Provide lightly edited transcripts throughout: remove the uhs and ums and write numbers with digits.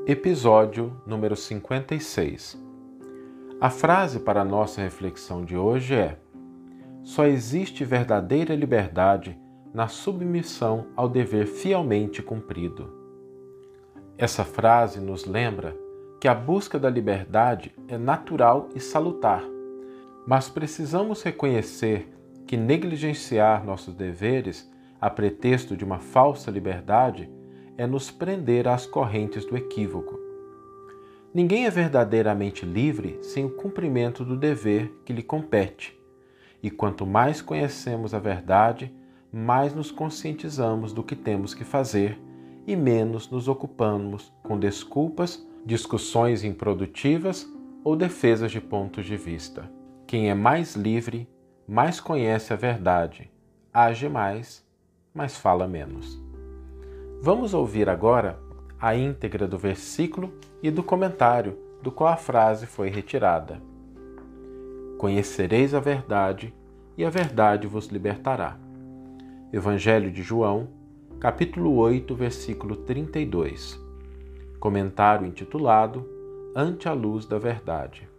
Episódio número 56. A frase para a nossa reflexão de hoje é: só existe verdadeira liberdade na submissão ao dever fielmente cumprido. Essa frase nos lembra que a busca da liberdade é natural e salutar, mas precisamos reconhecer que negligenciar nossos deveres a pretexto de uma falsa liberdade é nos prender às correntes do equívoco. Ninguém é verdadeiramente livre sem o cumprimento do dever que lhe compete, e quanto mais conhecemos a verdade, mais nos conscientizamos do que temos que fazer e menos nos ocupamos com desculpas, discussões improdutivas ou defesas de pontos de vista. Quem é mais livre, mais conhece a verdade, age mais, mas fala menos. Vamos ouvir agora a íntegra do versículo e do comentário do qual a frase foi retirada. Conhecereis a verdade, e a verdade vos libertará. Evangelho de João, capítulo 8, versículo 32. Comentário intitulado Ante a luz da verdade.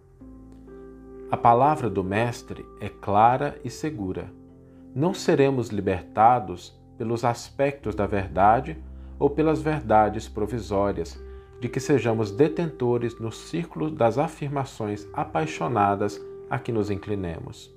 A palavra do Mestre é clara e segura. Não seremos libertados pelos aspectos da verdade ou pelas verdades provisórias, de que sejamos detentores no círculo das afirmações apaixonadas a que nos inclinemos.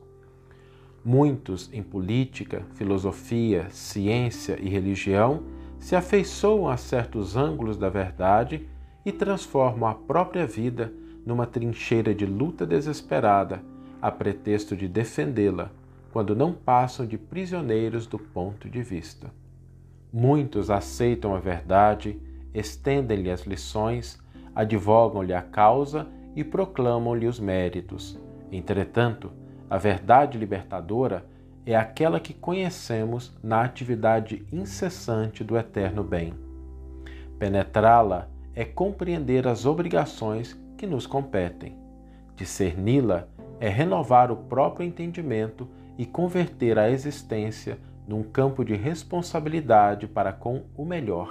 Muitos em política, filosofia, ciência e religião se afeiçoam a certos ângulos da verdade e transformam a própria vida numa trincheira de luta desesperada, a pretexto de defendê-la, quando não passam de prisioneiros do ponto de vista. Muitos aceitam a verdade, estendem-lhe as lições, advogam-lhe a causa e proclamam-lhe os méritos. Entretanto, a verdade libertadora é aquela que conhecemos na atividade incessante do eterno bem. Penetrá-la é compreender as obrigações que nos competem. Discerni-la é renovar o próprio entendimento e converter a existência num campo de responsabilidade para com o melhor.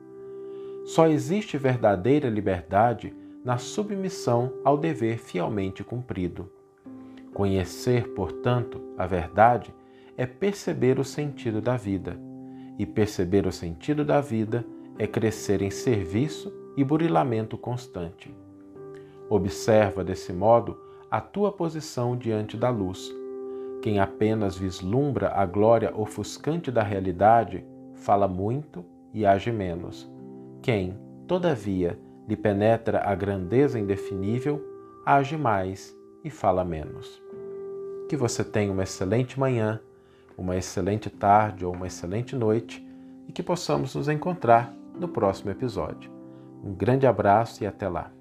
Só existe verdadeira liberdade na submissão ao dever fielmente cumprido. Conhecer, portanto, a verdade é perceber o sentido da vida, e perceber o sentido da vida é crescer em serviço e burilamento constante. Observa, desse modo, a tua posição diante da luz. Quem apenas vislumbra a glória ofuscante da realidade, fala muito e age menos. Quem, todavia, lhe penetra a grandeza indefinível, age mais e fala menos. Que você tenha uma excelente manhã, uma excelente tarde ou uma excelente noite e que possamos nos encontrar no próximo episódio. Um grande abraço e até lá!